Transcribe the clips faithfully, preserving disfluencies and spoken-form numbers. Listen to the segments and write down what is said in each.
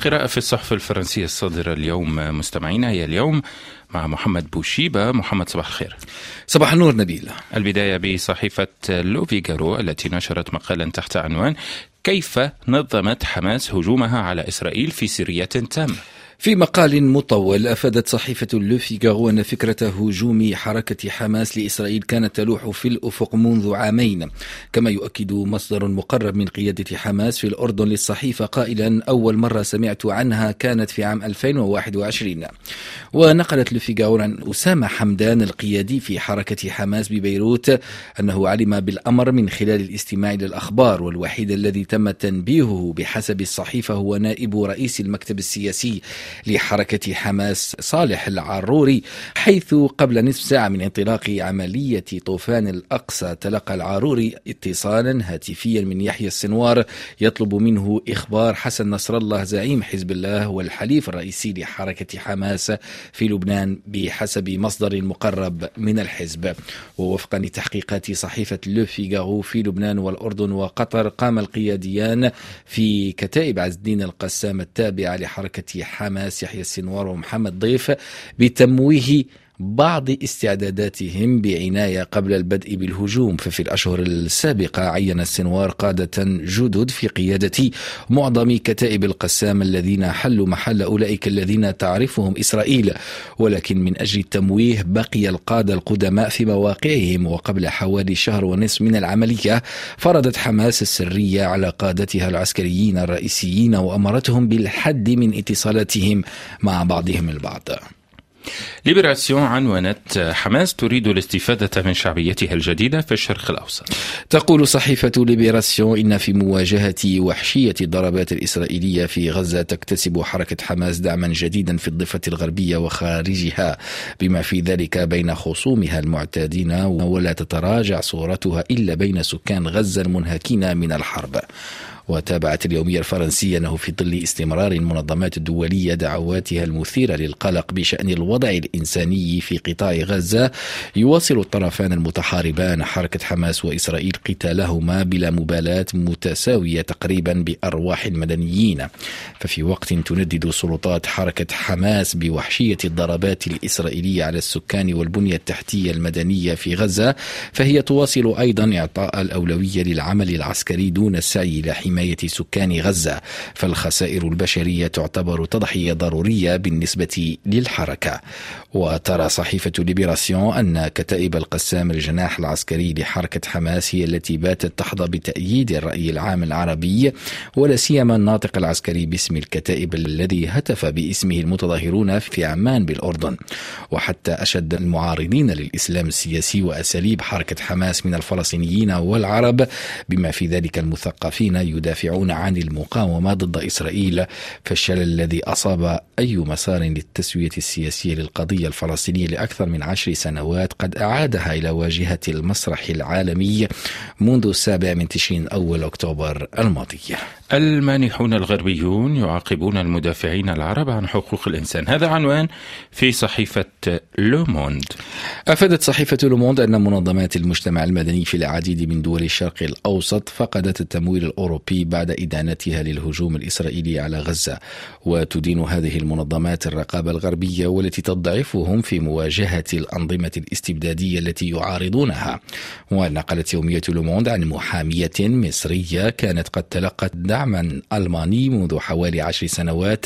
القراءة في الصحف الفرنسية الصادرة اليوم مستمعينا هي اليوم مع محمد بوشيبة. محمد، صباح الخير. صباح النور نبيل. البداية بصحيفة لو فيغارو التي نشرت مقالا تحت عنوان كيف نظمت حماس هجومها على إسرائيل في سرية تامة. في مقال مطول أفادت صحيفة لو فيغارو أن فكرة هجوم حركة حماس لإسرائيل كانت تلوح في الأفق منذ عامين، كما يؤكد مصدر مقرب من قيادة حماس في الأردن للصحيفة قائلا: أول مرة سمعت عنها كانت في عام ألفين وواحد وعشرين. ونقلت لو فيغارو عن أسامة حمدان القيادي في حركة حماس ببيروت أنه علم بالأمر من خلال الاستماع للأخبار، والوحيد الذي تم تنبيهه بحسب الصحيفة هو نائب رئيس المكتب السياسي لحركة حماس صالح العروري، حيث قبل نصف ساعة من انطلاق عملية طوفان الأقصى تلقى العروري اتصالا هاتفيا من يحيى السنوار يطلب منه إخبار حسن نصر الله زعيم حزب الله والحليف الرئيسي لحركة حماس في لبنان بحسب مصدر مقرب من الحزب. ووفقا لتحقيقات صحيفة لو فيغارو في لبنان والأردن وقطر، قام القياديان في كتائب عز الدين القسام التابعة لحركة حماس يحيى السنوار ومحمد ضيف بتمويه بعض استعداداتهم بعناية قبل البدء بالهجوم. ففي الأشهر السابقة عين السنوار قادة جدد في قيادة معظم كتائب القسام الذين حلوا محل أولئك الذين تعرفهم إسرائيل، ولكن من أجل التمويه بقي القادة القدماء في مواقعهم. وقبل حوالي شهر ونصف من العملية فرضت حماس السرية على قادتها العسكريين الرئيسيين وأمرتهم بالحد من اتصالاتهم مع بعضهم البعض. ليبراسيون عنونت حماس تريد الاستفادة من شعبيتها الجديدة في الشرق الأوسط. تقول صحيفة ليبراسيون إن في مواجهة وحشية الضربات الإسرائيلية في غزة تكتسب حركة حماس دعما جديدا في الضفة الغربية وخارجها، بما في ذلك بين خصومها المعتادين، ولا تتراجع صورتها إلا بين سكان غزة المنهكين من الحرب. وتابعت اليومية الفرنسية أنه في ظل استمرار المنظمات الدولية دعواتها المثيرة للقلق بشأن الوضع الإنساني في قطاع غزة، يواصل الطرفان المتحاربان حركة حماس وإسرائيل قتالهما بلا مبالاة متساوية تقريبا بأرواح المدنيين. ففي وقت تندد سلطات حركة حماس بوحشية الضربات الإسرائيلية على السكان والبنية التحتية المدنية في غزة، فهي تواصل أيضا إعطاء الأولوية للعمل العسكري دون السعي إلى حماية سكان غزة، فالخسائر البشرية تعتبر تضحية ضرورية بالنسبة للحركة. وترى صحيفة ليبراسيون أن كتائب القسام الجناح العسكري لحركة حماس هي التي باتت تحظى بتأييد الرأي العام العربي، ولا سيما الناطق العسكري باسم الكتائب الذي هتف باسمه المتظاهرون في عمان بالأردن. وحتى أشد المعارضين للإسلام السياسي وأساليب حركة حماس من الفلسطينيين والعرب، بما في ذلك المثقفين، يدافعون عن المقاومة ضد إسرائيل، فالشلل الذي أصاب أي مسار للتسوية السياسية للقضية الفلسطينية لأكثر من عشر سنوات قد أعادها إلى واجهة المسرح العالمي منذ السابع من تشرين أول أكتوبر الماضي. المانحون الغربيون يعاقبون المدافعين العرب عن حقوق الإنسان، هذا عنوان في صحيفة لو موند. أفادت صحيفة لو موند أن منظمات المجتمع المدني في العديد من دول الشرق الأوسط فقدت التمويل الأوروبي بعد إدانتها للهجوم الإسرائيلي على غزة، وتدين هذه المنظمات الرقابة الغربية والتي تضعفهم في مواجهة الأنظمة الاستبدادية التي يعارضونها. ونقلت يومية لو موند عن محامية مصرية كانت قد تلقت دعما ألماني منذ حوالي عشر سنوات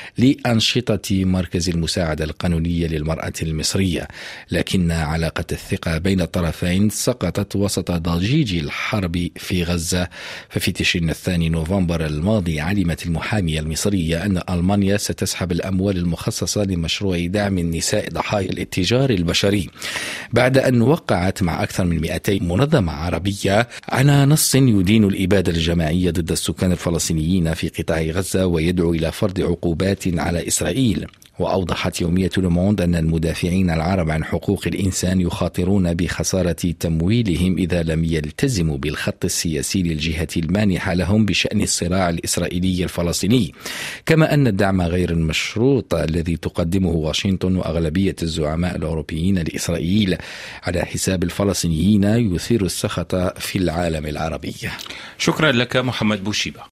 لأنشطة مركز المساعدة القانونية للمرأة المصرية، لكن علاقة الثقة بين الطرفين سقطت وسط ضجيج الحرب في غزة. ففي تشرين الثاني نوفمبر الماضي علمت المحامية المصرية أن ألمانيا ستسحب الأموال المخصصة لمشروع دعم النساء ضحايا الاتجار البشري، بعد أن وقعت مع أكثر من مئتين منظمة عربية على نص يدين الإبادة الجماعية ضد السكان الفلسطينيين في قطاع غزة ويدعو إلى فرض عقوبات على إسرائيل. وأوضحت يومية لو موند أن المدافعين العرب عن حقوق الإنسان يخاطرون بخسارة تمويلهم إذا لم يلتزموا بالخط السياسي للجهة المانحة لهم بشأن الصراع الإسرائيلي الفلسطيني، كما أن الدعم غير المشروط الذي تقدمه واشنطن وأغلبية الزعماء الأوروبيين لإسرائيل على حساب الفلسطينيين يثير السخط في العالم العربي. شكرا لك محمد بوشيبة.